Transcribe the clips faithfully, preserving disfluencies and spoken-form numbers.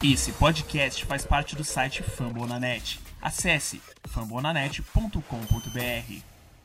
Esse podcast faz parte do site Fambonanet. Acesse fambonanet ponto com ponto b r.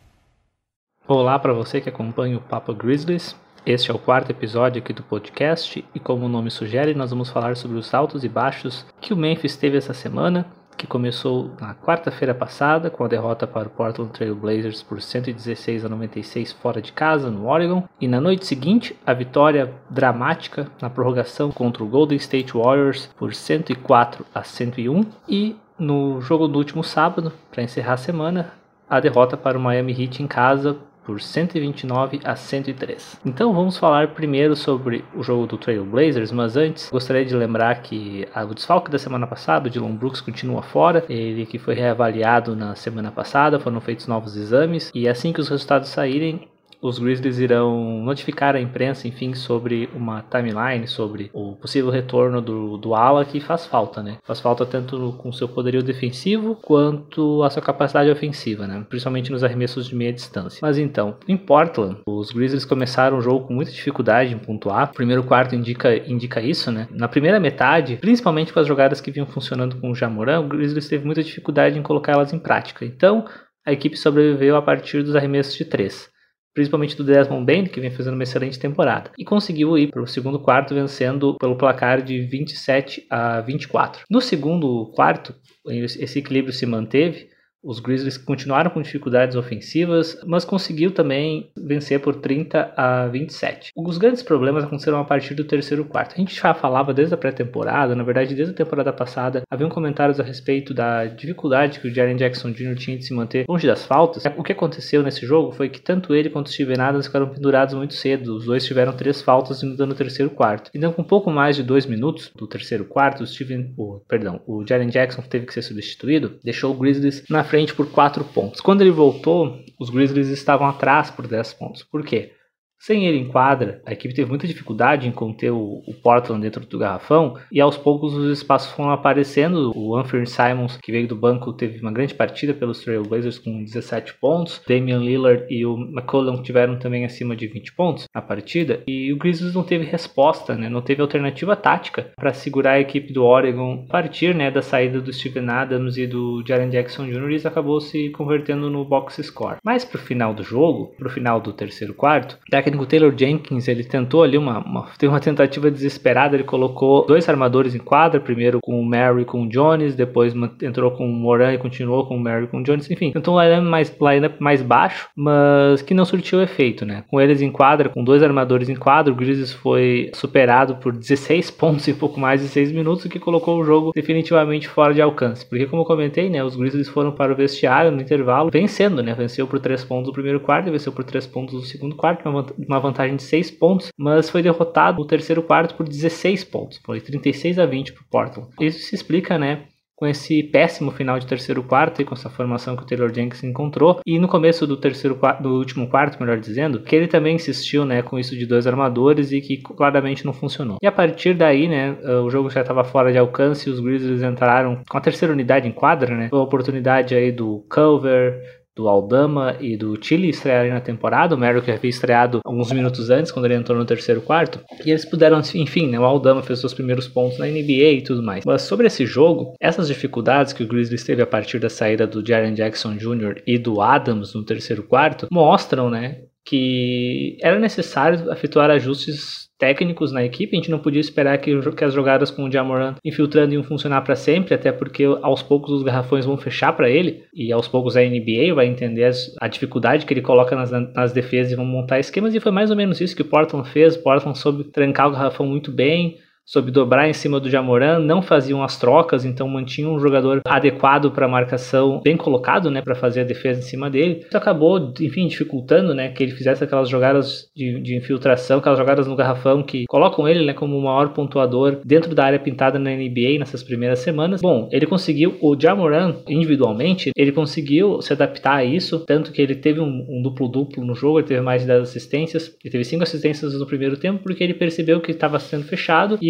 Olá para você que acompanha o Papo Grizzlies. Este é o quarto episódio aqui do podcast e, como o nome sugere, nós vamos falar sobre os altos e baixos que o Memphis teve essa semana, que começou na quarta-feira passada com a derrota para o Portland Trail Blazers por cento e dezesseis a noventa e seis fora de casa no Oregon, e na noite seguinte a vitória dramática na prorrogação contra o Golden State Warriors por cento e quatro a cento e um, e no jogo do último sábado, para encerrar a semana, a derrota para o Miami Heat em casa por cento e vinte e nove a cento e três. Então vamos falar primeiro sobre o jogo do Trail Blazers, mas antes gostaria de lembrar que o desfalque da semana passada, o Dillon Brooks, continua fora, ele que foi reavaliado na semana passada, foram feitos novos exames, e assim que os resultados saírem, os Grizzlies irão notificar a imprensa, enfim, sobre uma timeline, sobre o possível retorno do, do ala, que faz falta, né? Faz falta tanto com seu poderio defensivo quanto a sua capacidade ofensiva, né? Principalmente nos arremessos de meia distância. Mas então, em Portland, os Grizzlies começaram o jogo com muita dificuldade em pontuar. O primeiro quarto indica, indica isso, né? Na primeira metade, principalmente com as jogadas que vinham funcionando com o Ja Morant, o Grizzlies teve muita dificuldade em colocar elas em prática. Então, a equipe sobreviveu a partir dos arremessos de três. Principalmente do Desmond Bane, que vem fazendo uma excelente temporada, e conseguiu ir para o segundo quarto vencendo pelo placar de vinte e sete a vinte e quatro. No segundo quarto, esse equilíbrio se manteve. Os Grizzlies continuaram com dificuldades ofensivas, mas conseguiu também vencer por trinta a vinte e sete. Os grandes problemas aconteceram a partir do terceiro quarto. A gente já falava desde a pré-temporada, na verdade desde a temporada passada, haviam comentários a respeito da dificuldade que o Jaren Jackson Júnior tinha de se manter longe das faltas. O que aconteceu nesse jogo foi que tanto ele quanto o Steven Adams ficaram pendurados muito cedo. Os dois tiveram três faltas no terceiro quarto. Então, com pouco mais de dois minutos do terceiro quarto, o Steven, o, perdão, o Jaren Jackson teve que ser substituído, deixou o Grizzlies na frente por quatro pontos. Quando ele voltou, os Grizzlies estavam atrás por dez pontos. Por quê? Sem ele em quadra, a equipe teve muita dificuldade em conter o, o Portland dentro do garrafão, e aos poucos os espaços foram aparecendo. O Anthony Simons, que veio do banco, teve uma grande partida pelos Trail Blazers com dezessete pontos. Damian Lillard e o McCollum tiveram também acima de vinte pontos na partida, e o Grizzlies não teve resposta, né? Não teve alternativa tática para segurar a equipe do Oregon a partir, né, da saída do Steven Adams e do Jaren Jackson Júnior, e isso acabou se convertendo no box score. Mas pro final do jogo, pro final do terceiro quarto, o técnico Taylor Jenkins, ele tentou ali uma, uma, teve uma tentativa desesperada. Ele colocou dois armadores em quadra, primeiro com o Mary e com o Jones, depois entrou com o Morant e continuou com o Mary e com o Jones, enfim, tentou um lineup mais, lineup mais baixo, mas que não surtiu efeito, né? Com eles em quadra, com dois armadores em quadra, o Grizzlies foi superado por dezesseis pontos em pouco mais de seis minutos, o que colocou o jogo definitivamente fora de alcance, porque, como eu comentei, né, os Grizzlies foram para o vestiário no intervalo vencendo, né? Venceu por três pontos no primeiro quarto e venceu por três pontos no segundo quarto, uma uma vantagem de seis pontos, mas foi derrotado no terceiro quarto por dezesseis pontos, foi trinta e seis a vinte para o Portland. Isso se explica, né, com esse péssimo final de terceiro quarto e com essa formação que o Taylor Jenkins encontrou, e no começo do terceiro quarto, do último quarto, melhor dizendo, que ele também insistiu, né, com isso de dois armadores e que claramente não funcionou. E a partir daí, né, o jogo já estava fora de alcance e os Grizzlies entraram com a terceira unidade em quadra, né, foi a oportunidade aí do Culver, do Aldama e do Chile estrearem na temporada. O Merrill que havia estreado alguns minutos antes, quando ele entrou no terceiro quarto, e eles puderam, enfim, né, o Aldama fez seus primeiros pontos na N B A e tudo mais. Mas sobre esse jogo, essas dificuldades que o Grizzlies teve a partir da saída do Jaren Jackson Júnior e do Adams no terceiro quarto, mostram, né, que era necessário efetuar ajustes técnicos na equipe. A gente não podia esperar que, que as jogadas com o Ja Morant infiltrando iam funcionar para sempre, até porque aos poucos os garrafões vão fechar para ele, e aos poucos a N B A vai entender as, a dificuldade que ele coloca nas, nas defesas e vão montar esquemas, e foi mais ou menos isso que o Portland fez. O Portland soube trancar o garrafão muito bem, soube dobrar em cima do Ja Morant, não faziam as trocas, então mantinham um jogador adequado para a marcação, bem colocado, né, para fazer a defesa em cima dele. Isso acabou, enfim, dificultando, né, que ele fizesse aquelas jogadas de, de infiltração, aquelas jogadas no garrafão que colocam ele, né, como o maior pontuador dentro da área pintada na N B A nessas primeiras semanas. Bom, ele conseguiu, o Ja Morant individualmente, ele conseguiu se adaptar a isso, tanto que ele teve um, um duplo-duplo no jogo, ele teve mais de dez assistências, ele teve cinco assistências no primeiro tempo, porque ele percebeu que estava sendo fechado, e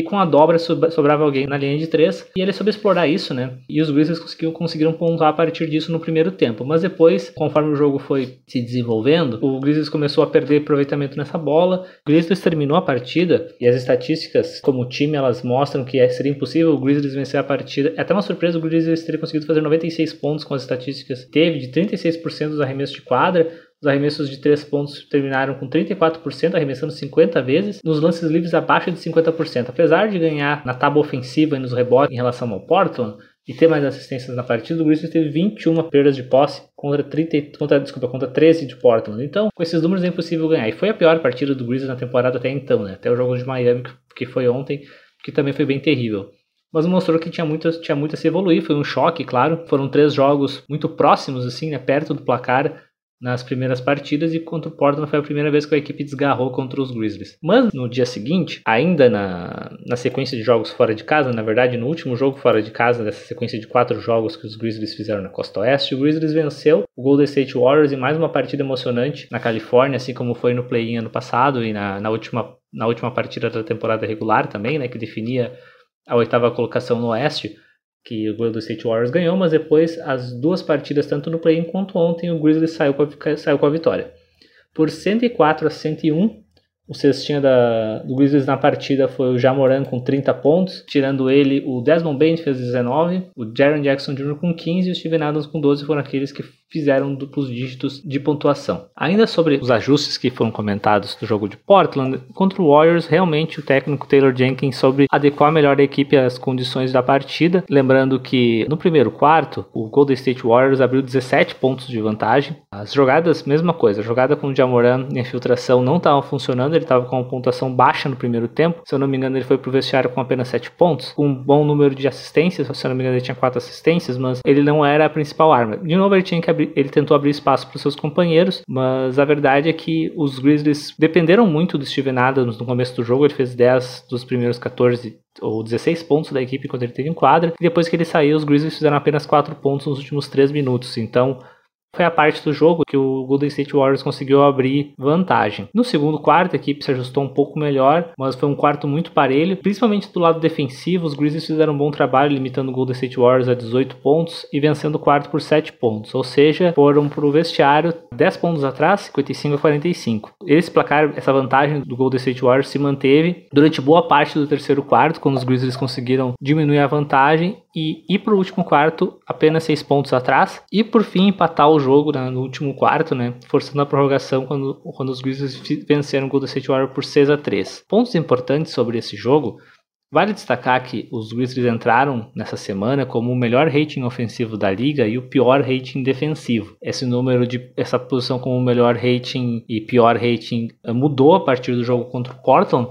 com a dobra sobrava alguém na linha de três, e ele soube explorar isso, né? E os Grizzlies conseguiram, conseguiram pontuar a partir disso no primeiro tempo. Mas depois, conforme o jogo foi se desenvolvendo, o Grizzlies começou a perder aproveitamento nessa bola. O Grizzlies terminou a partida, e as estatísticas como time, elas mostram que seria impossível o Grizzlies vencer a partida. É até uma surpresa o Grizzlies ter conseguido fazer noventa e seis pontos com as estatísticas que teve, de trinta e seis por cento dos arremessos de quadra. Os arremessos de três pontos terminaram com trinta e quatro por cento, arremessando cinquenta vezes. Nos lances livres, abaixo de cinquenta por cento. Apesar de ganhar na tábua ofensiva e nos rebotes em relação ao Portland, e ter mais assistências na partida, o Grizzlies teve vinte e uma perdas de posse contra, trinta, contra, desculpa, contra treze de Portland. Então, com esses números é impossível ganhar. E foi a pior partida do Grizzlies na temporada até então, né? Até o jogo de Miami, que foi ontem, que também foi bem terrível. Mas mostrou que tinha muito, tinha muito a se evoluir. Foi um choque, claro. Foram três jogos muito próximos, assim, né? Perto do placar nas primeiras partidas, e contra o Portland foi a primeira vez que a equipe desgarrou contra os Grizzlies. Mas no dia seguinte, ainda na, na sequência de jogos fora de casa, na verdade no último jogo fora de casa dessa sequência de quatro jogos que os Grizzlies fizeram na Costa Oeste, o Grizzlies venceu o Golden State Warriors em mais uma partida emocionante na Califórnia, assim como foi no play-in ano passado e na, na, última, na última partida da temporada regular também, né, que definia a oitava colocação no Oeste, que o Golden State Warriors ganhou, mas depois as duas partidas, tanto no play-in quanto ontem, o Grizzlies saiu com a, saiu com a vitória. Por cento e quatro a cento e um, o cestinha da, do Grizzlies na partida foi o Ja Morant com trinta pontos, tirando ele, o Desmond Bane fez dezenove, o Jaren Jackson Júnior com quinze e o Steven Adams com doze foram aqueles que fizeram duplos dígitos de pontuação. Ainda sobre os ajustes que foram comentados do jogo de Portland, contra o Warriors, realmente o técnico Taylor Jenkins soube adequar melhor a equipe às condições da partida, lembrando que no primeiro quarto, o Golden State Warriors abriu dezessete pontos de vantagem. As jogadas, mesma coisa, a jogada com o Ja Morant e a infiltração não estavam funcionando, ele estava com uma pontuação baixa no primeiro tempo, se eu não me engano ele foi pro vestiário com apenas sete pontos, com um bom número de assistências, se eu não me engano ele tinha quatro assistências, mas ele não era a principal arma. De novo ele tinha que abrir, ele tentou abrir espaço para os seus companheiros, mas a verdade é que os Grizzlies dependeram muito do Steven Adams no começo do jogo, ele fez dez dos primeiros quatorze ou dezesseis pontos da equipe quando ele teve em quadra, e depois que ele saiu, os Grizzlies fizeram apenas quatro pontos nos últimos três minutos, então foi a parte do jogo que o Golden State Warriors conseguiu abrir vantagem. No segundo quarto, a equipe se ajustou um pouco melhor, mas foi um quarto muito parelho, principalmente do lado defensivo. Os Grizzlies fizeram um bom trabalho, limitando o Golden State Warriors a dezoito pontos e vencendo o quarto por sete pontos, ou seja, foram para o vestiário dez pontos atrás, cinquenta e cinco a quarenta e cinco. Esse placar, essa vantagem do Golden State Warriors se manteve durante boa parte do terceiro quarto, quando os Grizzlies conseguiram diminuir a vantagem e ir para o último quarto apenas seis pontos atrás, e por fim empatar o jogo né, no último quarto, né, forçando a prorrogação quando, quando os Grizzlies venceram o Golden State Warriors por seis a três. Pontos importantes sobre esse jogo: vale destacar que os Grizzlies entraram nessa semana como o melhor rating ofensivo da liga e o pior rating defensivo. Esse número de essa posição como o melhor rating e pior rating mudou a partir do jogo contra o Portland,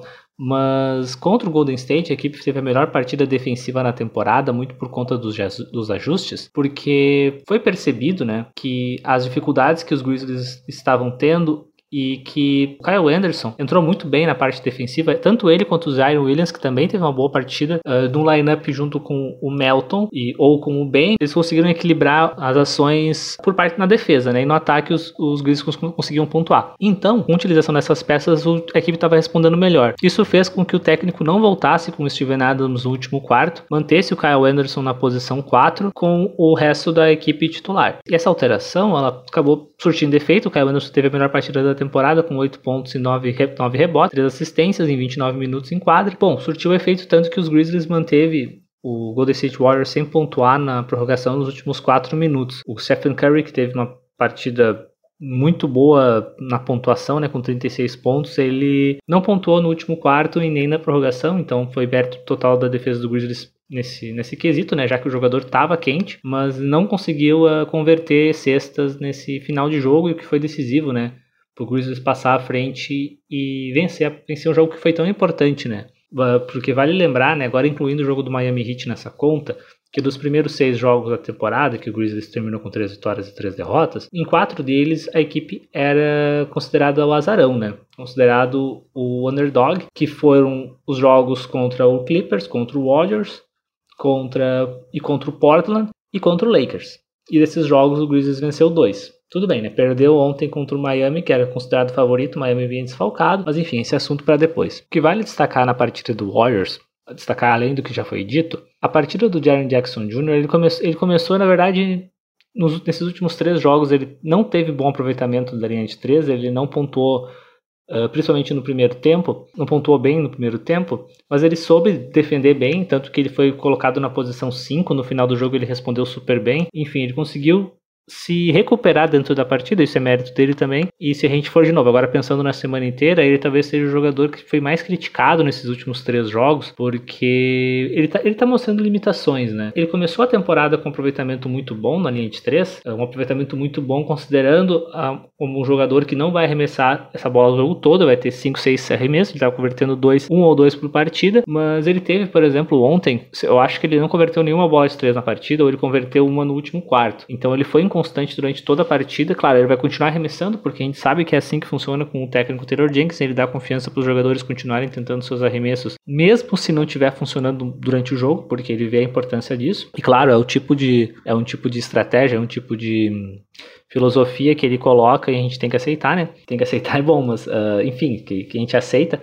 mas contra o Golden State a equipe teve a melhor partida defensiva na temporada, muito por conta dos, dos ajustes, porque foi percebido, né, que as dificuldades que os Grizzlies estavam tendo e que o Kyle Anderson entrou muito bem na parte defensiva, tanto ele quanto o Zion Williams, que também teve uma boa partida, uh, de um line-up junto com o Melton e, ou com o Ben, eles conseguiram equilibrar as ações por parte na defesa, né, e no ataque os, os Grizzlies cons- conseguiam pontuar. Então, com a utilização dessas peças, o, a equipe estava respondendo melhor. Isso fez com que o técnico não voltasse com o Steven Adams no último quarto, mantesse o Kyle Anderson na posição quatro com o resto da equipe titular. E essa alteração, ela acabou surtindo efeito. O Kyle Anderson teve a melhor partida da temporada com oito pontos e nove rebotes, três assistências em vinte e nove minutos em quadra. Bom, surtiu efeito tanto que os Grizzlies manteve o Golden State Warriors sem pontuar na prorrogação nos últimos quatro minutos. O Stephen Curry, que teve uma partida muito boa na pontuação, né, com trinta e seis pontos, ele não pontuou no último quarto e nem na prorrogação, então foi mérito total da defesa do Grizzlies nesse, nesse quesito, né, já que o jogador estava quente, mas não conseguiu uh, converter cestas nesse final de jogo, e o que foi decisivo, né, para o Grizzlies passar à frente e vencer, vencer um jogo que foi tão importante, né, uh, porque vale lembrar, né, agora incluindo o jogo do Miami Heat nessa conta, que dos primeiros seis jogos da temporada, que o Grizzlies terminou com três vitórias e três derrotas, em quatro deles a equipe era considerada o azarão, né? Considerado o underdog, que foram os jogos contra o Clippers, contra o Warriors, contra, e contra o Portland e contra o Lakers. E desses jogos o Grizzlies venceu dois. Tudo bem, né? Perdeu ontem contra o Miami, que era considerado favorito, o Miami vinha desfalcado, mas enfim, esse assunto para depois. O que vale destacar na partida do Warriors destacar além do que já foi dito, a partida do Jaren Jackson Júnior, ele, come, ele começou, na verdade, nos, nesses últimos três jogos, ele não teve bom aproveitamento da linha de três, ele não pontuou, uh, principalmente no primeiro tempo, não pontuou bem no primeiro tempo, mas ele soube defender bem, tanto que ele foi colocado na posição cinco, no final do jogo ele respondeu super bem, enfim, ele conseguiu se recuperar dentro da partida, isso é mérito dele também, e se a gente for de novo, agora pensando na semana inteira, ele talvez seja o jogador que foi mais criticado nesses últimos três jogos, porque ele tá, ele tá mostrando limitações, né? Ele começou a temporada com um aproveitamento muito bom na linha de três, um aproveitamento muito bom considerando a, como um jogador que não vai arremessar essa bola o jogo todo, vai ter cinco, seis arremessos, ele tá convertendo dois, um ou dois por partida, mas ele teve, por exemplo, ontem, eu acho que ele não converteu nenhuma bola de três na partida, ou ele converteu uma no último quarto, então ele foi constante durante toda a partida. Claro, ele vai continuar arremessando, porque a gente sabe que é assim que funciona com o técnico Taylor Jenkins, ele dá confiança para os jogadores continuarem tentando seus arremessos, mesmo se não estiver funcionando durante o jogo, porque ele vê a importância disso. E claro, é, o tipo de, é um tipo de estratégia, é um tipo de hum, filosofia que ele coloca e a gente tem que aceitar, né? Tem que aceitar é bom, mas uh, enfim, que, que a gente aceita,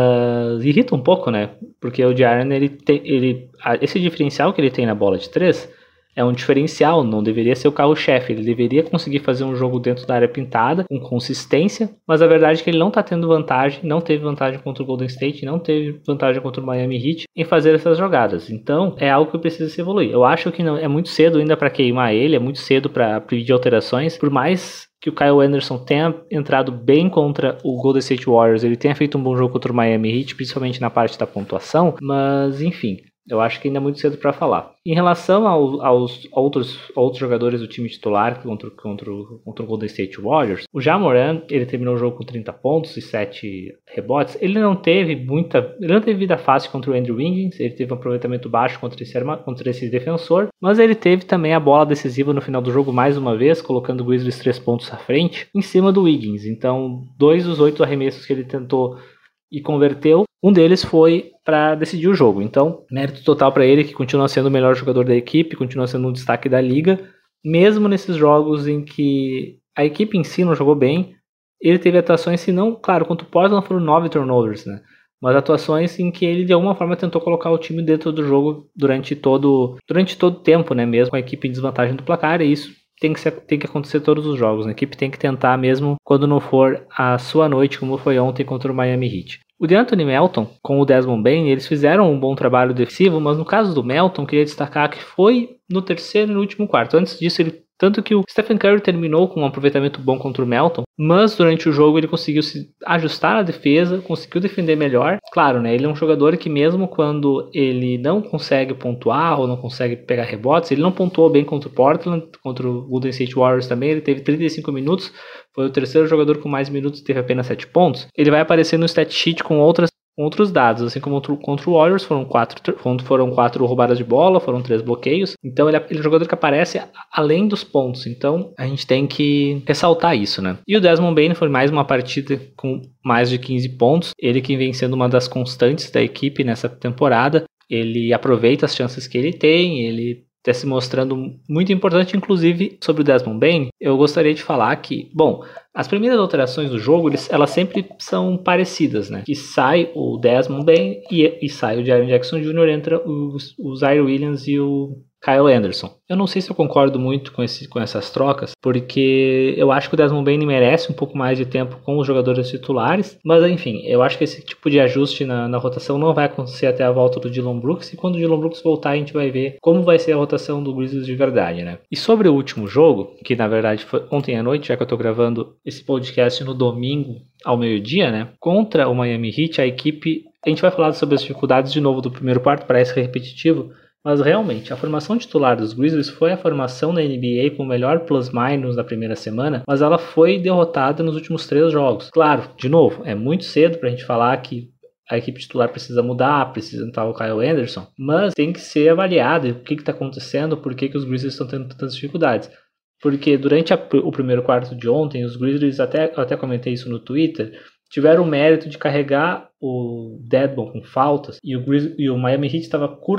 mas irrita um pouco, né? Porque o Jaren, ele tem, ele, esse diferencial que ele tem na bola de três é um diferencial, não deveria ser o carro-chefe, ele deveria conseguir fazer um jogo dentro da área pintada, com consistência, mas a verdade é que ele não está tendo vantagem, não teve vantagem contra o Golden State, não teve vantagem contra o Miami Heat em fazer essas jogadas, então é algo que precisa se evoluir. Eu acho que não, é muito cedo ainda para queimar ele, é muito cedo para pedir alterações, por mais que o Kyle Anderson tenha entrado bem contra o Golden State Warriors, ele tenha feito um bom jogo contra o Miami Heat, principalmente na parte da pontuação, mas enfim, eu acho que ainda é muito cedo para falar. Em relação ao, aos outros, outros jogadores do time titular contra, contra, contra o Golden State Warriors, o Ja Morant, ele terminou o jogo com trinta pontos e sete rebotes. Ele não teve muita, ele não teve vida fácil contra o Andrew Wiggins, ele teve um aproveitamento baixo contra esse, contra esse defensor, mas ele teve também a bola decisiva no final do jogo mais uma vez, colocando o Grizzlies três pontos à frente, em cima do Wiggins. Então, dois dos oito arremessos que ele tentou e converteu, um deles foi para decidir o jogo. Então, mérito total para ele, que continua sendo o melhor jogador da equipe, continua sendo um destaque da liga, mesmo nesses jogos em que a equipe em si não jogou bem. Ele teve atuações, se não, claro, contra o Portland foram nove turnovers, né? Mas atuações em que ele de alguma forma tentou colocar o time dentro do jogo durante todo durante todo o tempo, né? Mesmo com a equipe em desvantagem do placar, e isso tem que, ser, tem que acontecer todos os jogos. A equipe tem que tentar mesmo quando não for a sua noite, como foi ontem contra o Miami Heat. O DeAnthony Melton com o Desmond Bane, eles fizeram um bom trabalho defensivo, mas no caso do Melton, queria destacar que foi no terceiro e no último quarto. Antes disso, ele tanto que o Stephen Curry terminou com um aproveitamento bom contra o Melton, mas durante o jogo ele conseguiu se ajustar na defesa, conseguiu defender melhor. Claro, né, ele é um jogador que mesmo quando ele não consegue pontuar ou não consegue pegar rebotes, ele não pontuou bem contra o Portland, contra o Golden State Warriors também, ele teve trinta e cinco minutos, foi o terceiro jogador com mais minutos e teve apenas sete pontos. Ele vai aparecer no stat sheet com outras outros dados, assim como contra o Warriors foram quatro, foram quatro roubadas de bola, foram três bloqueios, então ele é, ele é um jogador que aparece além dos pontos, então a gente tem que ressaltar isso, né? E o Desmond Bane foi mais uma partida com mais de quinze pontos, ele que vem sendo uma das constantes da equipe nessa temporada, ele aproveita as chances que ele tem, ele está se mostrando muito importante, inclusive sobre o Desmond Bane. Eu gostaria de falar que, bom, as primeiras alterações do jogo, eles, elas sempre são parecidas, né? Que sai o Desmond Bane e, e sai o Jaren Jackson Júnior, entra os, o Zion Williams e o Kyle Anderson. Eu não sei se eu concordo muito com, esse, com essas trocas, porque eu acho que o Desmond Bane merece um pouco mais de tempo com os jogadores titulares, mas enfim, eu acho que esse tipo de ajuste na, na rotação não vai acontecer até a volta do Dillon Brooks, e quando o Dillon Brooks voltar a gente vai ver como vai ser a rotação do Grizzlies de verdade, né? E sobre o último jogo, que na verdade foi ontem à noite, já que eu tô gravando esse podcast no domingo ao meio-dia, né? Contra o Miami Heat, a equipe, a gente vai falar sobre as dificuldades de novo do primeiro quarto, parece repetitivo, mas realmente, a formação titular dos Grizzlies foi a formação na N B A com o melhor plus-minus na primeira semana, mas ela foi derrotada nos últimos três jogos. Claro, de novo, é muito cedo pra gente falar que a equipe titular precisa mudar, precisa entrar o Kyle Anderson, mas tem que ser avaliado o que está acontecendo, por que, que os Grizzlies estão tendo tantas dificuldades. Porque durante a, o primeiro quarto de ontem, os Grizzlies, até, eu até comentei isso no Twitter, tiveram o mérito de carregar o Deadball com faltas, e o, Grizz, e o Miami Heat estava curto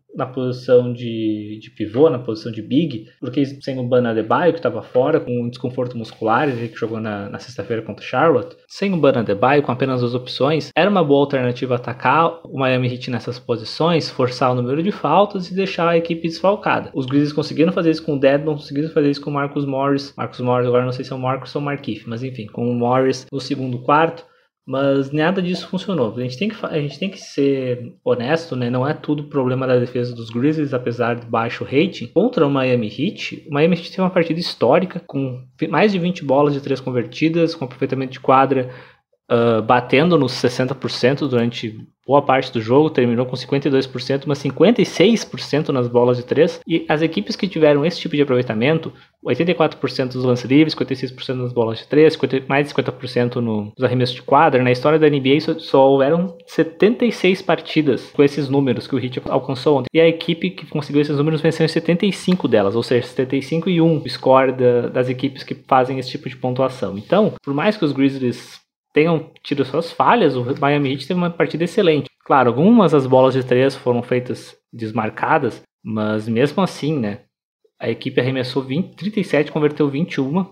na posição de, de pivô, na posição de big, porque sem o Bam Adebayo, que estava fora, com um desconforto muscular, ele que jogou na, na sexta-feira contra o Charlotte, sem o Bam Adebayo, com apenas duas opções, era uma boa alternativa atacar o Miami Heat nessas posições, forçar o número de faltas e deixar a equipe desfalcada. Os Grizzlies conseguiram fazer isso com o Dedmon, conseguiram fazer isso com o Marcus Morris, Marcus Morris, agora não sei se é o Marcus ou o Markieff, mas enfim, com o Morris no segundo quarto, mas nada disso funcionou. A gente tem que, a gente tem que ser honesto, né? Não é tudo problema da defesa dos Grizzlies, apesar de baixo rating. Contra o Miami Heat, o Miami Heat teve uma partida histórica, com mais de vinte bolas de três convertidas, com aproveitamento de quadra uh, batendo nos sessenta por cento durante boa parte do jogo, terminou com cinquenta e dois por cento, mas cinquenta e seis por cento nas bolas de três. E as equipes que tiveram esse tipo de aproveitamento, oitenta e quatro por cento dos lances livres, cinquenta e seis por cento nas bolas de três, mais de cinquenta por cento nos arremessos de quadra. Na história da N B A só, só houveram setenta e seis partidas com esses números que o Heat alcançou ontem. E a equipe que conseguiu esses números venceu em setenta e cinco delas, ou seja, setenta e cinco e um o score da, das equipes que fazem esse tipo de pontuação. Então, por mais que os Grizzlies tenham tido suas falhas, o Miami Heat teve uma partida excelente. Claro, algumas das bolas de três foram feitas desmarcadas, mas mesmo assim, né, a equipe arremessou vinte, trinta e sete, converteu vinte e um.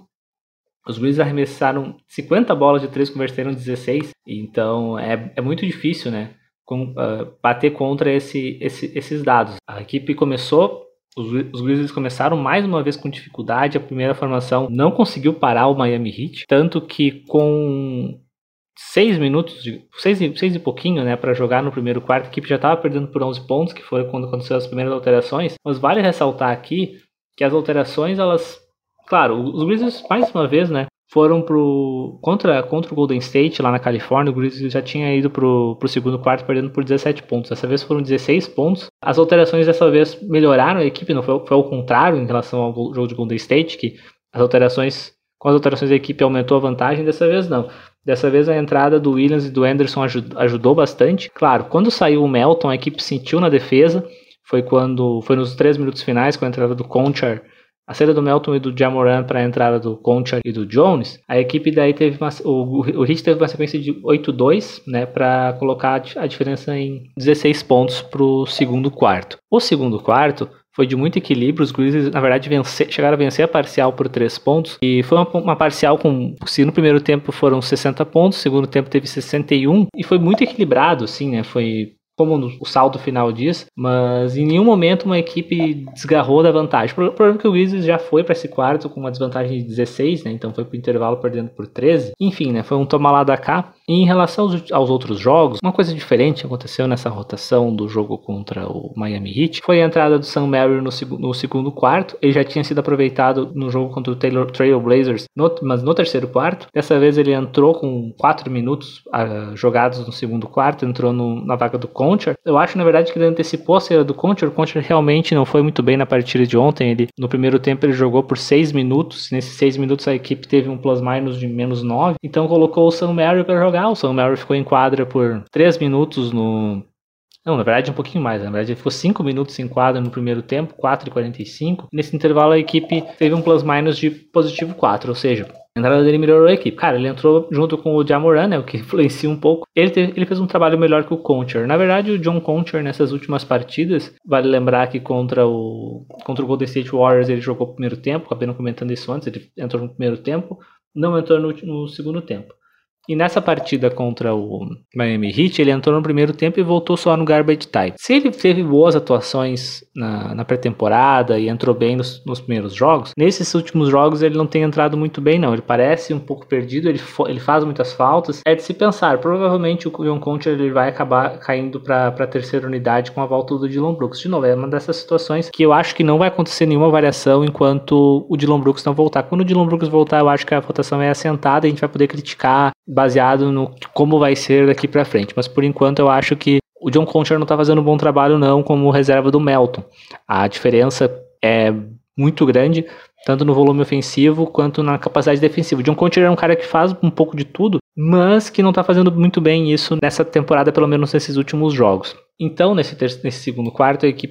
Os Grizzlies arremessaram cinquenta bolas de três, converteram dezesseis. Então é, é muito difícil, né, com, uh, bater contra esse, esse, esses dados. A equipe começou, os, os Grizzlies começaram mais uma vez com dificuldade. A primeira formação não conseguiu parar o Miami Heat, tanto que com seis minutos, de, seis, seis e pouquinho, né, para jogar no primeiro quarto, a equipe já estava perdendo por onze pontos, que foi quando aconteceram as primeiras alterações. Mas vale ressaltar aqui que as alterações, elas, claro, os Grizzlies mais uma vez, né, foram pro contra contra o Golden State lá na Califórnia. O Grizzlies já tinha ido pro pro segundo quarto perdendo por dezessete pontos. Dessa vez foram dezesseis pontos. As alterações dessa vez melhoraram a equipe, não foi, foi ao contrário em relação ao jogo de Golden State, que as alterações com as alterações a equipe aumentou a vantagem. Dessa vez não. Dessa vez a entrada do Williams e do Anderson ajudou, ajudou bastante. Claro, quando saiu o Melton, a equipe sentiu na defesa. Foi quando foi nos três minutos finais, com a entrada do Conchar, a saída do Melton e do Ja Morant para a entrada do Conchar e do Jones. A equipe daí teve uma, o, o Heat teve uma sequência de oito a dois, né, para colocar a diferença em dezesseis pontos para o segundo quarto. O segundo quarto foi de muito equilíbrio. Os Grizzlies, na verdade, vencer, chegaram a vencer a parcial por três pontos. E foi uma, uma parcial com, se no primeiro tempo foram sessenta pontos, no segundo tempo teve sessenta e um. E foi muito equilibrado, assim, né? Foi como o saldo final diz, mas em nenhum momento uma equipe desgarrou da vantagem. O problema é que o Grizzlies já foi para esse quarto com uma desvantagem de dezesseis, né? Então foi para o intervalo perdendo por treze. Enfim, né? Foi um toma lá da cá. E em relação aos, aos outros jogos, uma coisa diferente aconteceu nessa rotação do jogo contra o Miami Heat foi a entrada do Sam Merrill no, seg- no segundo quarto. Ele já tinha sido aproveitado no jogo contra o Taylor, Trail Blazers, no, mas no terceiro quarto. Dessa vez ele entrou com quatro minutos uh, jogados no segundo quarto, entrou no, na vaga do Conchar. Eu acho, na verdade, que ele antecipou a saída do Conchar. O Conchar realmente não foi muito bem na partida de ontem. Ele, no primeiro tempo ele jogou por seis minutos. Nesses seis minutos a equipe teve um plus-minus de menos nove. Então colocou o Sam Merrill para jogar. O Sam Merrill ficou em quadra por três minutos no... Não, na verdade um pouquinho mais. Na verdade ele ficou cinco minutos em quadra no primeiro tempo, quatro e quarenta e cinco. Nesse intervalo a equipe teve um plus-minus de positivo quatro, ou seja, a entrada dele melhorou a equipe. Cara, ele entrou junto com o Ja Morant, né, o que influencia um pouco. Ele, teve, ele fez um trabalho melhor que o Conchar. Na verdade, o John Conchar, nessas últimas partidas, vale lembrar que contra o, contra o Golden State Warriors ele jogou o primeiro tempo, acabei não comentando isso antes, ele entrou no primeiro tempo, não entrou no, no segundo tempo. E nessa partida contra o Miami Heat, ele entrou no primeiro tempo e voltou só no garbage time. Se ele teve boas atuações na, na pré-temporada e entrou bem nos, nos primeiros jogos, nesses últimos jogos ele não tem entrado muito bem, não. Ele parece um pouco perdido, ele, ele faz muitas faltas. É de se pensar, provavelmente o John Conchar ele vai acabar caindo para a terceira unidade com a volta do Dillon Brooks. De novo, é uma dessas situações que eu acho que não vai acontecer nenhuma variação enquanto o Dillon Brooks não voltar. Quando o Dillon Brooks voltar, eu acho que a votação é assentada e a gente vai poder criticar baseado no como vai ser daqui pra frente. Mas por enquanto eu acho que o John Conchar não tá fazendo um bom trabalho não como reserva do Melton. A diferença é muito grande, tanto no volume ofensivo quanto na capacidade defensiva. O John Conchar é um cara que faz um pouco de tudo, mas que não tá fazendo muito bem isso nessa temporada, pelo menos nesses últimos jogos. Então, nesse, ter- nesse segundo quarto, a equipe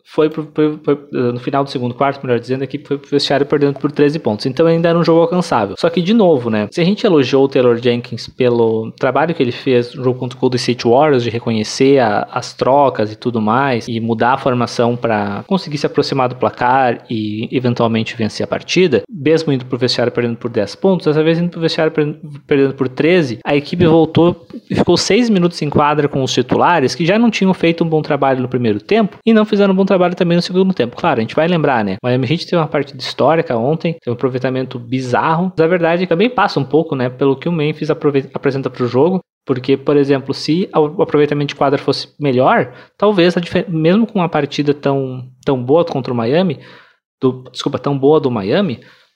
foi, pro, foi, foi no final do segundo quarto, melhor dizendo, a equipe foi pro vestiário perdendo por treze pontos. Então ainda era um jogo alcançável. Só que, de novo, né? Se a gente elogiou o Taylor Jenkins pelo trabalho que ele fez no jogo contra o Golden State Warriors, de reconhecer a, as trocas e tudo mais, e mudar a formação para conseguir se aproximar do placar e eventualmente vencer a partida, mesmo indo pro vestiário perdendo por dez pontos, dessa vez indo pro vestiário perdendo, perdendo por treze, a equipe voltou e ficou seis minutos em quadra com os titulares, que já não tinham feito um bom trabalho no primeiro tempo e não fizeram um bom trabalho também no segundo tempo. Claro, a gente vai lembrar, né? O Miami Heat teve uma partida histórica ontem, teve um aproveitamento bizarro, mas a verdade é que também passa um pouco, né, pelo que o Memphis apresenta pro jogo, porque, por exemplo, se o aproveitamento de quadra fosse melhor, talvez, a dif- mesmo com uma partida tão, tão boa contra o Miami, do, desculpa, tão boa do Miami,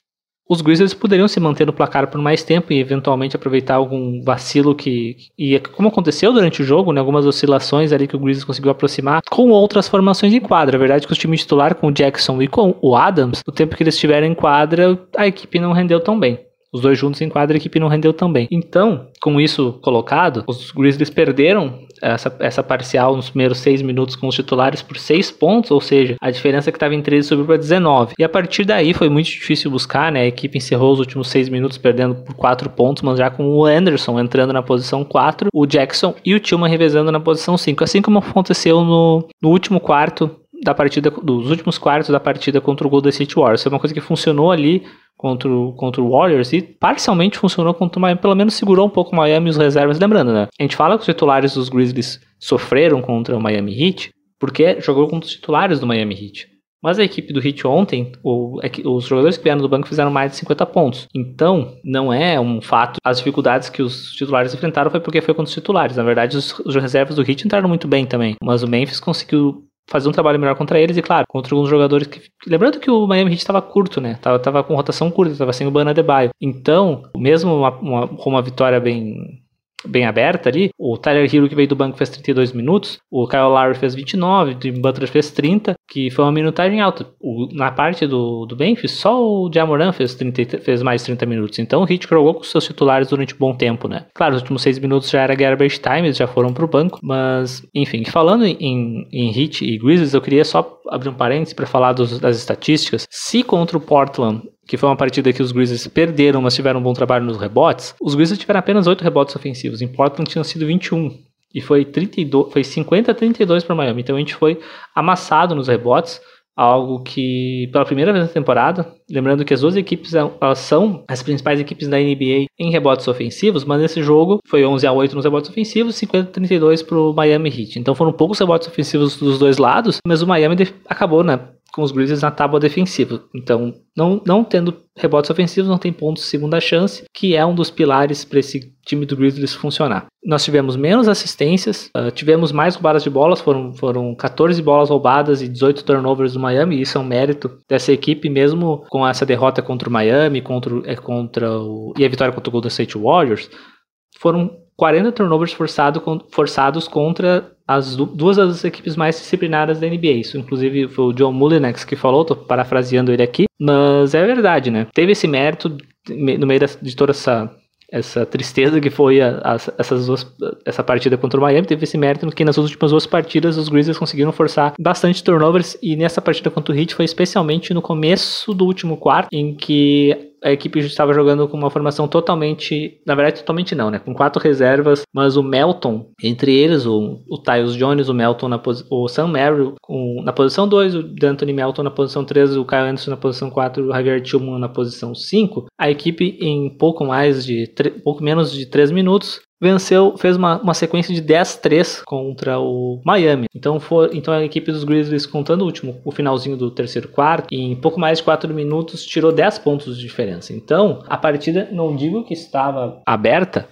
os Grizzlies poderiam se manter no placar por mais tempo e eventualmente aproveitar algum vacilo que... E como aconteceu durante o jogo, né, algumas oscilações ali que o Grizzlies conseguiu aproximar com outras formações em quadra. A verdade é que os times titular com o Jackson e com o Adams, no tempo que eles estiveram em quadra, a equipe não rendeu tão bem. Os dois juntos em quadra, a equipe não rendeu tão bem. Então, com isso colocado, os Grizzlies perderam essa, essa parcial nos primeiros seis minutos com os titulares por seis pontos, ou seja, a diferença que estava em treze subiu para dezenove. E a partir daí foi muito difícil buscar, né? A equipe encerrou os últimos seis minutos perdendo por quatro pontos, mas já com o Anderson entrando na posição quatro, o Jackson e o Tillman revezando na posição cinco, assim como aconteceu no, no último quarto da partida, dos últimos quartos da partida contra o Golden State Warriors. Isso é uma coisa que funcionou ali contra o, contra o Warriors e parcialmente funcionou contra o Miami, pelo menos segurou um pouco o Miami e os reservas. Lembrando, né? A gente fala que os titulares dos Grizzlies sofreram contra o Miami Heat porque jogou contra os titulares do Miami Heat. Mas a equipe do Heat ontem, o, os jogadores que vieram do banco fizeram mais de cinquenta pontos. Então, não é um fato. As dificuldades que os titulares enfrentaram foi porque foi contra os titulares. Na verdade, os, os reservas do Heat entraram muito bem também. Mas o Memphis conseguiu fazer um trabalho melhor contra eles e, claro, contra alguns jogadores que... Lembrando que o Miami Heat estava curto, né? Tava, tava com rotação curta, estava sem o Bam Adebayo. Então, mesmo uma, uma, com uma vitória bem... bem aberta ali, o Tyler Hero que veio do banco fez trinta e dois minutos, o Kyle Lowry fez vinte e nove, o Jimmy Butler fez trinta, que foi uma minutagem alta. O, na parte do, do Memphis, só o Ja Morant fez, trinta, fez mais trinta minutos, então o Heat jogou com seus titulares durante um bom tempo, né? Claro, os últimos seis minutos já era garbage time, eles já foram pro banco, mas, enfim, falando em, em Heat e Grizzlies, eu queria só abrir um parênteses para falar dos, das estatísticas. Se contra o Portland, que foi uma partida que os Grizzlies perderam, mas tiveram um bom trabalho nos rebotes, os Grizzlies tiveram apenas oito rebotes ofensivos. Em Portland tinham sido vinte e um. E foi, trinta e dois, foi cinquenta a trinta e dois para Miami. Então a gente foi amassado nos rebotes, algo que, pela primeira vez na temporada, lembrando que as duas equipes elas são as principais equipes da N B A em rebotes ofensivos, mas nesse jogo foi onze a oito nos rebotes ofensivos, cinquenta a trinta e dois para o Miami Heat. Então foram poucos rebotes ofensivos dos dois lados, mas o Miami acabou, né, com os Grizzlies na tábua defensiva. Então, não, não tendo rebotes ofensivos, não tem pontos de segunda chance, que é um dos pilares para esse time do Grizzlies funcionar. Nós tivemos menos assistências, uh, tivemos mais roubadas de bolas, foram, foram catorze bolas roubadas e dezoito turnovers do Miami, e isso é um mérito dessa equipe, mesmo com essa derrota contra o Miami contra, é, contra o, e a vitória contra o Golden State Warriors. Foram quarenta turnovers forçado, forçados contra as duas das equipes mais disciplinadas da N B A. Isso, inclusive, foi o John Mullinax que falou, tô parafraseando ele aqui, mas é verdade, né? Teve esse mérito no meio de toda essa, essa tristeza que foi a, a, essas duas, essa partida contra o Miami, teve esse mérito que nas últimas duas partidas os Grizzlies conseguiram forçar bastante turnovers, e nessa partida contra o Heat foi especialmente no começo do último quarto, em que a equipe estava jogando com uma formação totalmente, na verdade totalmente não, né, com quatro reservas, mas o Melton, entre eles o, o Tyus Jones, o Melton, na posi- o Sam Merrill com, na posição dois, o D'Anthony Melton na posição três, o Kyle Anderson na posição quatro, o Javier Tillman na posição cinco, a equipe em pouco mais de, tre- pouco menos de três minutos venceu, fez uma, uma sequência de dez a três contra o Miami. Então, foi, então a equipe dos Grizzlies, contando o último, o finalzinho do terceiro quarto, em pouco mais de quatro minutos, tirou dez pontos de diferença. Então, a partida, não digo que estava aberta,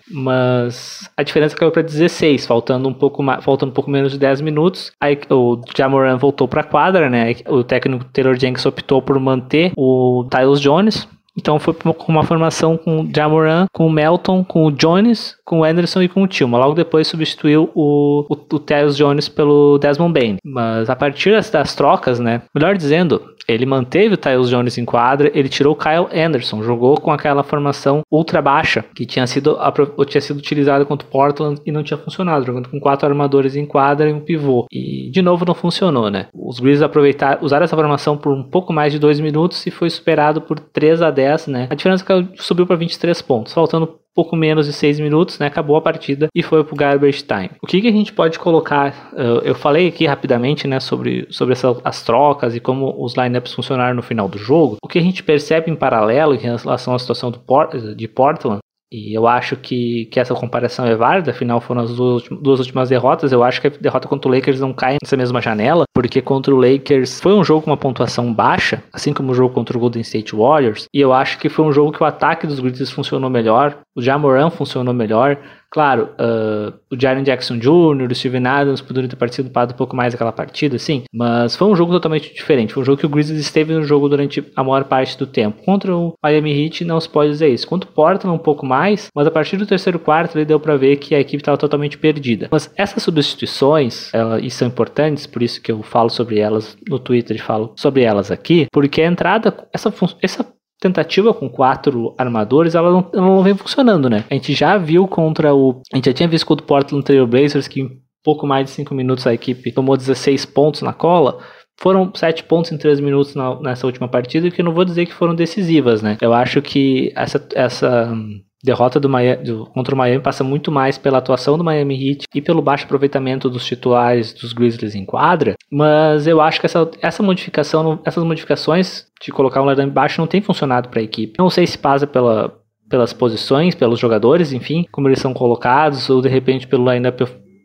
mas a diferença caiu para dezesseis, faltando um pouco, faltando um pouco menos de dez minutos. Aí, o Ja Morant voltou para a quadra, né? O técnico Taylor Jenkins optou por manter o Tyus Jones, Então foi com uma formação com o Ja Morant, com o Melton, com o Jones, com o Anderson e com o Tillman. Logo depois substituiu o, o, o Tyus Jones pelo Desmond Bane. Mas a partir das, das trocas, né? Melhor dizendo, ele manteve o Tyus Jones em quadra, ele tirou o Kyle Anderson, jogou com aquela formação ultra baixa que tinha sido, tinha sido utilizada contra o Portland e não tinha funcionado, jogando com quatro armadores em quadra e um pivô. E de novo não funcionou, né? Os Grizzlies aproveitaram, usaram essa formação por um pouco mais de dois minutos e foi superado por três a dez, né? A diferença é que subiu para vinte e três pontos, faltando pouco menos de seis minutos, né? Acabou a partida e foi pro garbage time. O que, que a gente pode colocar? Uh, eu falei aqui rapidamente, né, sobre, sobre essa, as trocas e como os lineups funcionaram no final do jogo. O que a gente percebe em paralelo em relação à situação do Port, de Portland, e eu acho que, que essa comparação é válida, afinal foram as duas, duas últimas derrotas. Eu acho que a derrota contra o Lakers não cai nessa mesma janela, porque contra o Lakers foi um jogo com uma pontuação baixa, assim como o jogo contra o Golden State Warriors, e eu acho que foi um jogo que o ataque dos Grizzlies funcionou melhor, o Ja Morant funcionou melhor. Claro, uh, o Jaren Jackson Júnior, o Steven Adams poderiam ter participado um pouco mais daquela partida, sim, mas foi um jogo totalmente diferente. Foi um jogo que o Grizzlies esteve no jogo durante a maior parte do tempo. Contra o Miami Heat não se pode dizer isso. Contra o Portland um pouco mais, mas a partir do terceiro quarto ele deu para ver que a equipe estava totalmente perdida. Mas essas substituições, ela, e são importantes, por isso que eu falo sobre elas no Twitter e falo sobre elas aqui, porque a entrada, essa, essa tentativa com quatro armadores, ela não, ela não vem funcionando, né? A gente já viu contra o... A gente já tinha visto contra o Portland Trail Blazers que em pouco mais de cinco minutos a equipe tomou dezesseis pontos na cola. Foram sete pontos em três minutos na, nessa última partida, que eu não vou dizer que foram decisivas, né? Eu acho que essa... essa derrota do Miami, do, contra o Miami passa muito mais pela atuação do Miami Heat e pelo baixo aproveitamento dos titulares dos Grizzlies em quadra, mas eu acho que essa, essa modificação, essas modificações de colocar um lineup baixo não tem funcionado para a equipe. Não sei se passa pela, pelas posições, pelos jogadores, enfim, como eles são colocados, ou de repente pelo lineup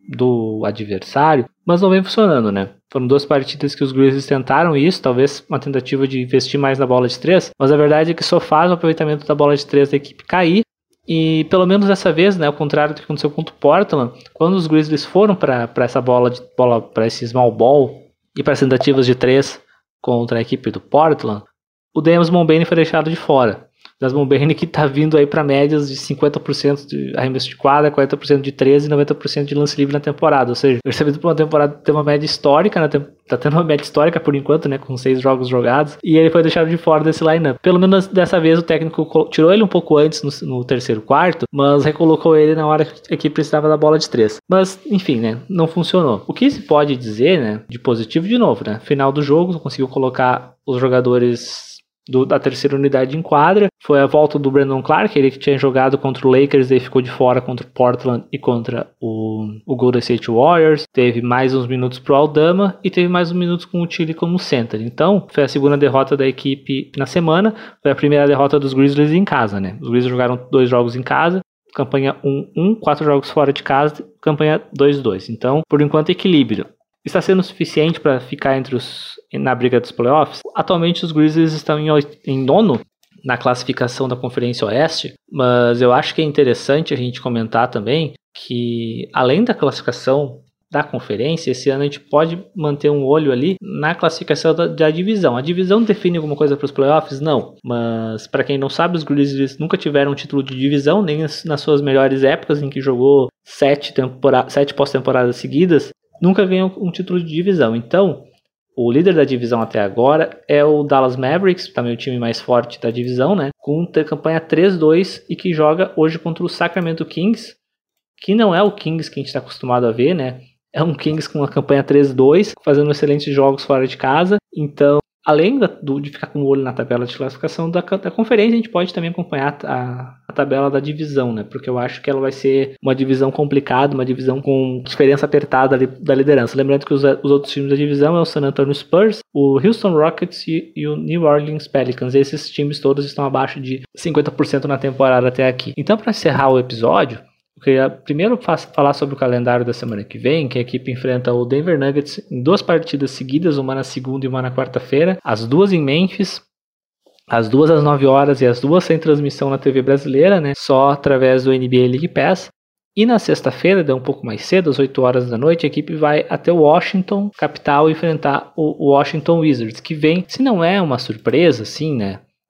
do adversário, mas não vem funcionando, né? Foram duas partidas que os Grizzlies tentaram isso, talvez uma tentativa de investir mais na bola de três, mas a verdade é que só faz o aproveitamento da bola de três da equipe cair. E pelo menos dessa vez, né, ao contrário do que aconteceu contra o Portland, quando os Grizzlies foram para essa bola de bola, para esse small ball e para as tentativas de três contra a equipe do Portland, o Desmond Bane foi deixado de fora. Desmond Bane que está vindo aí para médias de cinquenta por cento de arremesso de quadra, quarenta por cento de três e noventa por cento de lance livre na temporada. Ou seja, ele está vindo para uma temporada ter uma média histórica, está tendo uma média histórica por enquanto, né, com seis jogos jogados, e ele foi deixado de fora desse lineup. Pelo menos dessa vez o técnico tirou ele um pouco antes no, no terceiro quarto, mas recolocou ele na hora que a equipe precisava da bola de três. Mas, enfim, né, não funcionou. O que se pode dizer, né, de positivo de novo, né, final do jogo, conseguiu colocar os jogadores Do, da terceira unidade em quadra, foi a volta do Brandon Clark, ele que tinha jogado contra o Lakers e ficou de fora contra o Portland e contra o, o Golden State Warriors, teve mais uns minutos pro Aldama e teve mais uns minutos com o Tilly como center. Então foi a segunda derrota da equipe na semana, foi a primeira derrota dos Grizzlies em casa, né? Os Grizzlies jogaram dois jogos em casa, campanha um um, quatro jogos fora de casa, campanha dois dois. Então, por enquanto, equilíbrio. Está sendo suficiente para ficar entre os, na briga dos playoffs? Atualmente os Grizzlies estão em, em nono na classificação da Conferência Oeste, mas eu acho que é interessante a gente comentar também que, além da classificação da conferência, esse ano a gente pode manter um olho ali na classificação da, da divisão. A divisão define alguma coisa para os playoffs? Não, mas para quem não sabe, os Grizzlies nunca tiveram um título de divisão, nem nas suas melhores épocas em que jogou sete, tempora- sete pós-temporadas seguidas, nunca ganhou um título de divisão. Então, o líder da divisão até agora é o Dallas Mavericks, também o time mais forte da divisão, né? Com campanha três dois e que joga hoje contra o Sacramento Kings, que não é o Kings que a gente está acostumado a ver, né? É um Kings com uma campanha três dois, fazendo excelentes jogos fora de casa. Então, além da, do, de ficar com o olho na tabela de classificação da, da conferência, a gente pode também acompanhar a, a tabela da divisão, né? Porque eu acho que ela vai ser uma divisão complicada, uma divisão com diferença apertada ali, da liderança. Lembrando que os, os outros times da divisão é o San Antonio Spurs, o Houston Rockets e, e o New Orleans Pelicans. Esses times todos estão abaixo de cinquenta por cento na temporada até aqui. Então, para encerrar o episódio, eu queria primeiro falar sobre o calendário da semana que vem, que a equipe enfrenta o Denver Nuggets em duas partidas seguidas, uma na segunda e uma na quarta-feira, as duas em Memphis, as duas às nove horas e as duas sem transmissão na T V brasileira, né? Só através do N B A League Pass. E na sexta-feira, dá um pouco mais cedo, às oito horas da noite, a equipe vai até Washington, capital, enfrentar o Washington Wizards, que vem, se não é uma surpresa, assim, né?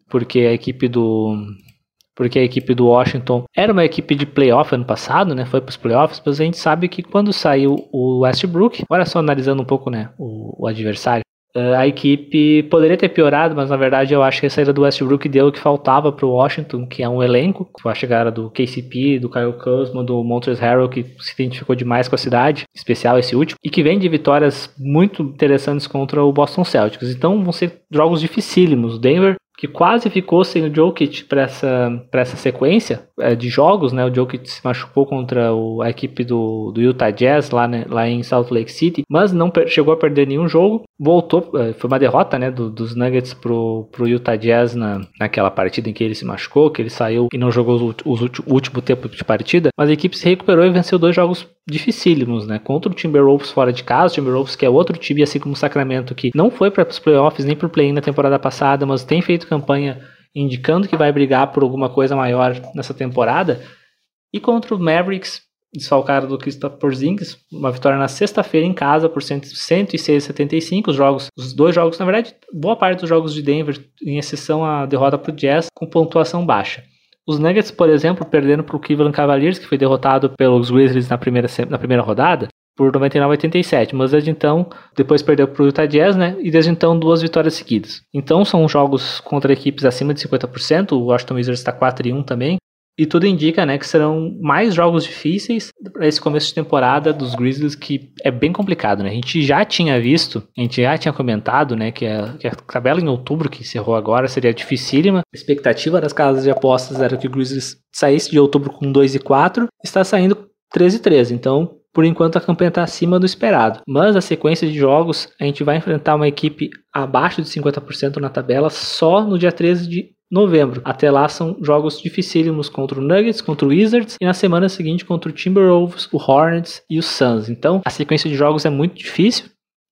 porque a equipe do... porque a equipe do Washington era uma equipe de playoff ano passado, né? Foi para os playoffs, mas a gente sabe que quando saiu o Westbrook, olha só, analisando um pouco, né, o, o adversário, a equipe poderia ter piorado, mas na verdade eu acho que a saída do Westbrook deu o que faltava para o Washington, que é um elenco, com a chegada do K C P, do Kyle Kuzma, do Montrezl Harrell, que se identificou demais com a cidade, em especial esse último, e que vem de vitórias muito interessantes contra o Boston Celtics. Então vão ser jogos dificílimos. O Denver, que quase ficou sem o Jokic para essa, para essa sequência é, de jogos, né? O Jokic se machucou contra o, a equipe do, do Utah Jazz lá, né, lá em Salt Lake City, mas não per- chegou a perder nenhum jogo, voltou, é, foi uma derrota, né, do, dos Nuggets pro, pro Utah Jazz na, naquela partida em que ele se machucou, que ele saiu e não jogou os, os ulti, o último tempo de partida, mas a equipe se recuperou e venceu dois jogos dificílimos, né, contra o Timberwolves fora de casa, o Timberwolves que é outro time, assim como o Sacramento, que não foi para os playoffs nem pro play-in na temporada passada, mas tem feito campanha indicando que vai brigar por alguma coisa maior nessa temporada, e contra o Mavericks, desfalcado do Kristaps Porzingis, uma vitória na sexta-feira em casa por cento e seis a setenta e cinco, os jogos, os dois jogos, na verdade, boa parte dos jogos de Denver, em exceção a derrota para o Jazz, com pontuação baixa. Os Nuggets, por exemplo, perderam para o Cleveland Cavaliers, que foi derrotado pelos Grizzlies na primeira, na primeira rodada, por noventa e nove a oitenta e sete, mas desde então, depois perdeu para o Utah Jazz, né, e desde então duas vitórias seguidas. Então são jogos contra equipes acima de cinquenta por cento, o Washington Wizards está quatro e um também, e tudo indica, né, que serão mais jogos difíceis para esse começo de temporada dos Grizzlies, que é bem complicado, né? A gente já tinha visto, a gente já tinha comentado, né, que a, que a tabela em outubro, que encerrou agora, seria dificílima. A expectativa das casas de apostas era que o Grizzlies saísse de outubro com dois e quatro, está saindo treze e treze, então por enquanto a campanha está acima do esperado. Mas a sequência de jogos, a gente vai enfrentar uma equipe abaixo de cinquenta por cento na tabela só no dia treze de novembro. Até lá são jogos dificílimos contra o Nuggets, contra o Wizards e na semana seguinte contra o Timberwolves, o Hornets e o Suns. Então a sequência de jogos é muito difícil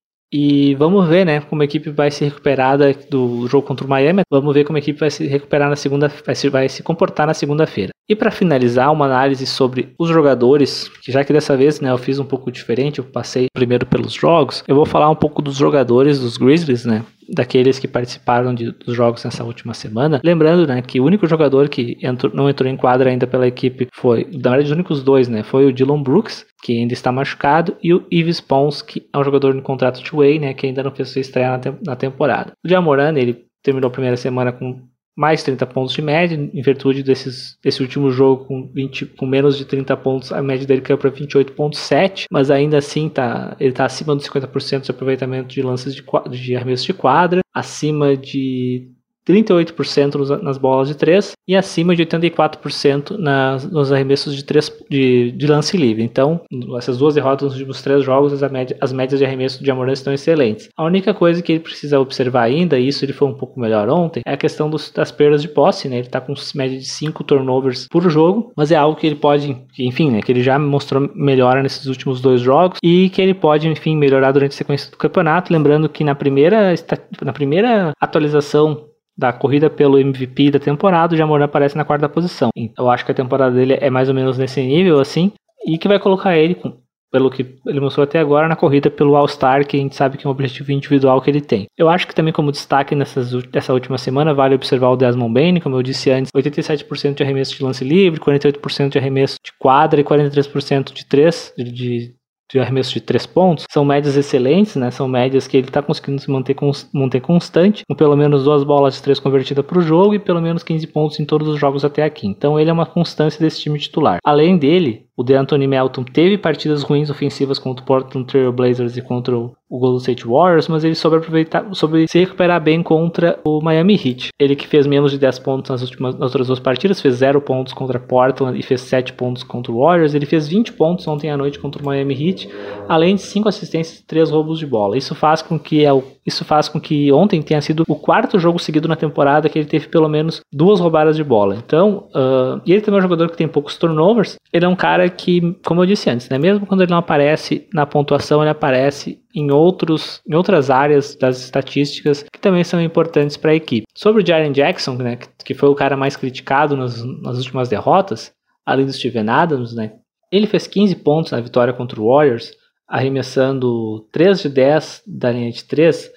e vamos ver, né, como a equipe vai se recuperar do jogo contra o Miami. Vamos ver como a equipe vai se recuperar na segunda, vai se, vai se comportar na segunda-feira. E para finalizar, uma análise sobre os jogadores, que já que dessa vez, né, eu fiz um pouco diferente, eu passei primeiro pelos jogos, eu vou falar um pouco dos jogadores dos Grizzlies, né, daqueles que participaram de, dos jogos nessa última semana. Lembrando, né, que o único jogador que entrou, não entrou em quadra ainda pela equipe foi, na verdade, os únicos dois, né, foi o Dillon Brooks, que ainda está machucado, e o Yves Pons, que é um jogador no contrato two-way, né, que ainda não fez sua estreia na, te- na temporada. O Ja Morant, ele terminou a primeira semana com mais trinta pontos de média, em virtude desses, desse último jogo com, vinte, com menos de trinta pontos, a média dele caiu para vinte e oito vírgula sete, mas ainda assim tá, ele está acima dos cinquenta por cento de aproveitamento de lances de, de arremesso de quadra, acima de trinta e oito por cento nos, nas bolas de três e acima de oitenta e quatro por cento nas, nos arremessos de, três, de, de lance livre. Então, essas duas derrotas nos últimos três jogos, as, média, as médias de arremesso de Ja Morant estão excelentes. A única coisa que ele precisa observar ainda, e isso ele foi um pouco melhor ontem, é a questão dos, das perdas de posse, né? Ele está com média de cinco turnovers por jogo, mas é algo que ele pode, enfim, né, que ele já mostrou melhora nesses últimos dois jogos e que ele pode, enfim, melhorar durante a sequência do campeonato. Lembrando que na primeira, na primeira atualização da corrida pelo M V P da temporada, o Ja Morant aparece na quarta posição. Eu acho que a temporada dele é mais ou menos nesse nível, assim, e que vai colocar ele, pelo que ele mostrou até agora, na corrida pelo All-Star, que a gente sabe que é um objetivo individual que ele tem. Eu acho que também como destaque nessas, nessa última semana vale observar o Desmond Bane, como eu disse antes, oitenta e sete por cento de arremesso de lance livre, quarenta e oito por cento de arremesso de quadra e quarenta e três por cento de três, de, de de arremesso de três pontos, são médias excelentes, né? São médias que ele está conseguindo se manter, cons- manter constante, com pelo menos duas bolas de três convertidas para o jogo e pelo menos quinze pontos em todos os jogos até aqui. Então ele é uma constância desse time titular. Além dele, o DeAnthony Melton teve partidas ruins ofensivas contra o Portland Trail Blazers e contra o Golden State Warriors, mas ele soube aproveitar, soube se recuperar bem contra o Miami Heat. Ele que fez menos de dez pontos nas, últimas, nas outras duas partidas, fez zero pontos contra Portland e fez sete pontos contra o Warriors. Ele fez vinte pontos ontem à noite contra o Miami Heat, além de cinco assistências e três roubos de bola. Isso faz com que, é o, isso faz com que ontem tenha sido o quarto jogo seguido na temporada que ele teve pelo menos duas roubadas de bola. Então, uh, e ele também é um jogador que tem poucos turnovers. Ele é um cara que, como eu disse antes, né, mesmo quando ele não aparece na pontuação, ele aparece em, outros, em outras áreas das estatísticas que também são importantes para a equipe. Sobre o Jaren Jackson, né, que, que foi o cara mais criticado nas, nas últimas derrotas, além do Steven Adams, né, ele fez quinze pontos na vitória contra o Warriors, arremessando três de dez da linha de três,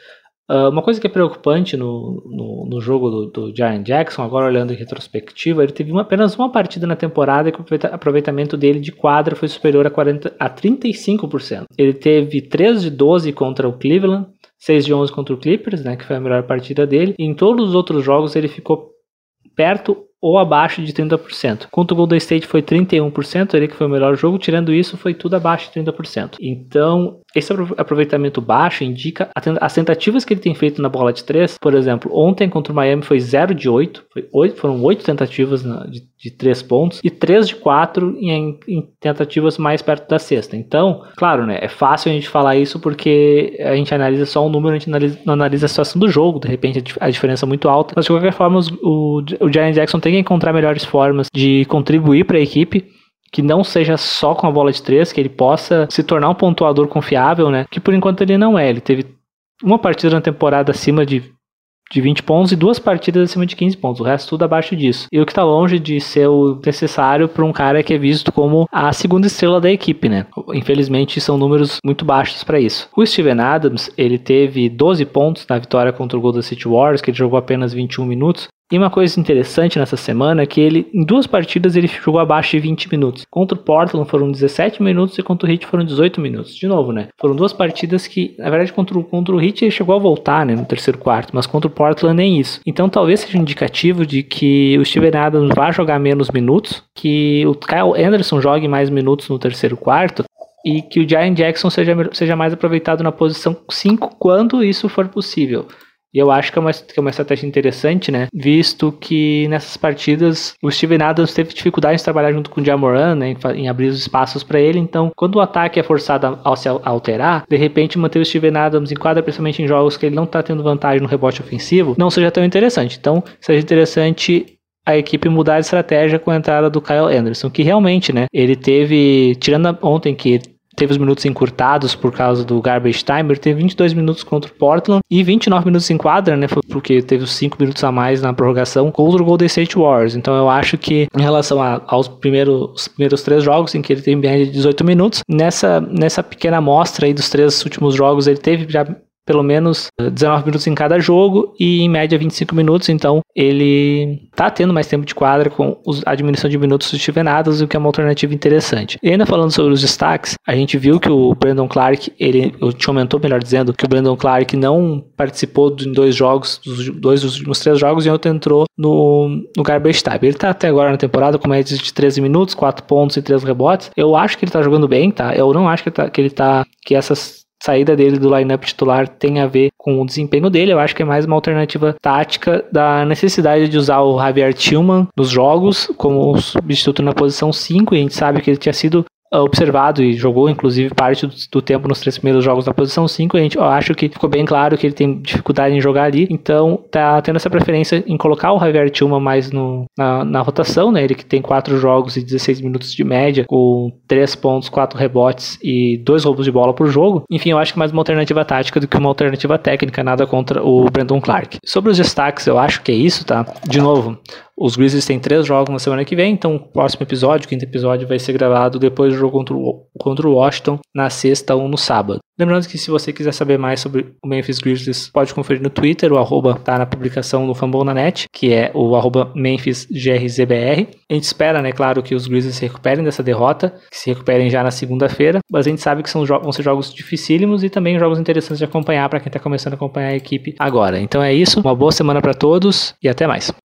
Uh, uma coisa que é preocupante no, no, no jogo do, do Jaren Jackson, agora olhando em retrospectiva, ele teve uma, apenas uma partida na temporada que o aproveitamento dele de quadra foi superior a, quarenta, a trinta e cinco por cento. Ele teve três de doze contra o Cleveland, seis de onze contra o Clippers, né, que foi a melhor partida dele. E em todos os outros jogos ele ficou perto ou abaixo de trinta por cento. Contra o Golden State foi trinta e um por cento, ele que foi o melhor jogo, tirando isso foi tudo abaixo de trinta por cento. Então, esse aproveitamento baixo indica as tentativas que ele tem feito na bola de três. Por exemplo, ontem contra o Miami foi zero de oito, foi oito foram oito tentativas de, de três pontos e três de quatro em, em tentativas mais perto da cesta. Então, claro, né, é fácil a gente falar isso porque a gente analisa só um número, a gente analisa, não analisa a situação do jogo, de repente a diferença é muito alta, mas de qualquer forma os, o, o Jaren Jackson tem que encontrar melhores formas de contribuir para a equipe, que não seja só com a bola de três, que ele possa se tornar um pontuador confiável, né? Que por enquanto ele não é. Ele teve uma partida na temporada acima de, de vinte pontos e duas partidas acima de quinze pontos. O resto tudo abaixo disso. E o que está longe de ser o necessário para um cara que é visto como a segunda estrela da equipe, né? Infelizmente são números muito baixos para isso. O Steven Adams, ele teve doze pontos na vitória contra o Golden State Warriors, que ele jogou apenas vinte e um minutos. E uma coisa interessante nessa semana é que ele, em duas partidas, ele jogou abaixo de vinte minutos. Contra o Portland foram dezessete minutos e contra o Heat foram dezoito minutos. De novo, né? Foram duas partidas que, na verdade, contra o, contra o Heat ele chegou a voltar, né, no terceiro quarto, mas contra o Portland nem isso. Então talvez seja um indicativo de que o Steven Adams vai jogar menos minutos, que o Kyle Anderson jogue mais minutos no terceiro quarto, e que o Jaren Jackson seja, seja mais aproveitado na posição cinco quando isso for possível. E eu acho que é, uma, que é uma estratégia interessante, né? Visto que nessas partidas o Steven Adams teve dificuldade de trabalhar junto com o Ja Morant, né? Em, em abrir os espaços para ele. Então, quando o ataque é forçado a, a se alterar, de repente manter o Steven Adams em quadra, principalmente em jogos que ele não está tendo vantagem no rebote ofensivo, não seja tão interessante. Então, seja interessante a equipe mudar de estratégia com a entrada do Kyle Anderson, que realmente, né? Ele teve, tirando ontem que teve os minutos encurtados por causa do garbage time, ele teve vinte e dois minutos contra o Portland e vinte e nove minutos em quadra, né, porque teve os cinco minutos a mais na prorrogação contra o Golden State Warriors. Então eu acho que em relação a, aos primeiros, os primeiros três jogos em que ele teve em média de dezoito minutos, nessa, nessa pequena amostra aí dos três últimos jogos ele teve já pelo menos dezenove minutos em cada jogo e em média vinte e cinco minutos, então ele tá tendo mais tempo de quadra com a diminuição de minutos do Steven Adams, o que é uma alternativa interessante. E ainda falando sobre os destaques, a gente viu que o Brandon Clarke, ele, eu te aumentou, melhor dizendo, que o Brandon Clarke não participou em dois jogos, dos dois dos últimos três jogos, e outro entrou no, no garbage time. Ele tá até agora na temporada com médias de treze minutos, quatro pontos e três rebotes. Eu acho que ele tá jogando bem, tá? Eu não acho que ele tá, que, ele tá, que essas saída dele do lineup titular tem a ver com o desempenho dele. Eu acho que é mais uma alternativa tática da necessidade de usar o Javier Tillman nos jogos como substituto na posição cinco, e a gente sabe que ele tinha sido observado e jogou inclusive parte do, do tempo nos três primeiros jogos da posição cinco. A gente, eu acho que ficou bem claro que ele tem dificuldade em jogar ali, então tá tendo essa preferência em colocar o Javier Tillman mais no, na, na rotação, né? Ele que tem quatro jogos e dezesseis minutos de média, com três pontos, quatro rebotes e dois roubos de bola por jogo. Enfim, eu acho que mais uma alternativa tática do que uma alternativa técnica, nada contra o Brandon Clarke. Sobre os destaques, eu acho que é isso, tá? De novo, os Grizzlies têm três jogos na semana que vem, então o próximo episódio, o quinto episódio, vai ser gravado depois do jogo contra o, contra o Washington, na sexta ou no sábado. Lembrando que se você quiser saber mais sobre o Memphis Grizzlies, pode conferir no Twitter, o arroba tá na publicação no Fambonanet, que é o arroba Memphis G R Z B R. A gente espera, né, claro, que os Grizzlies se recuperem dessa derrota, que se recuperem já na segunda-feira, mas a gente sabe que são jo- vão ser jogos dificílimos e também jogos interessantes de acompanhar para quem está começando a acompanhar a equipe agora. Então é isso, uma boa semana para todos e até mais.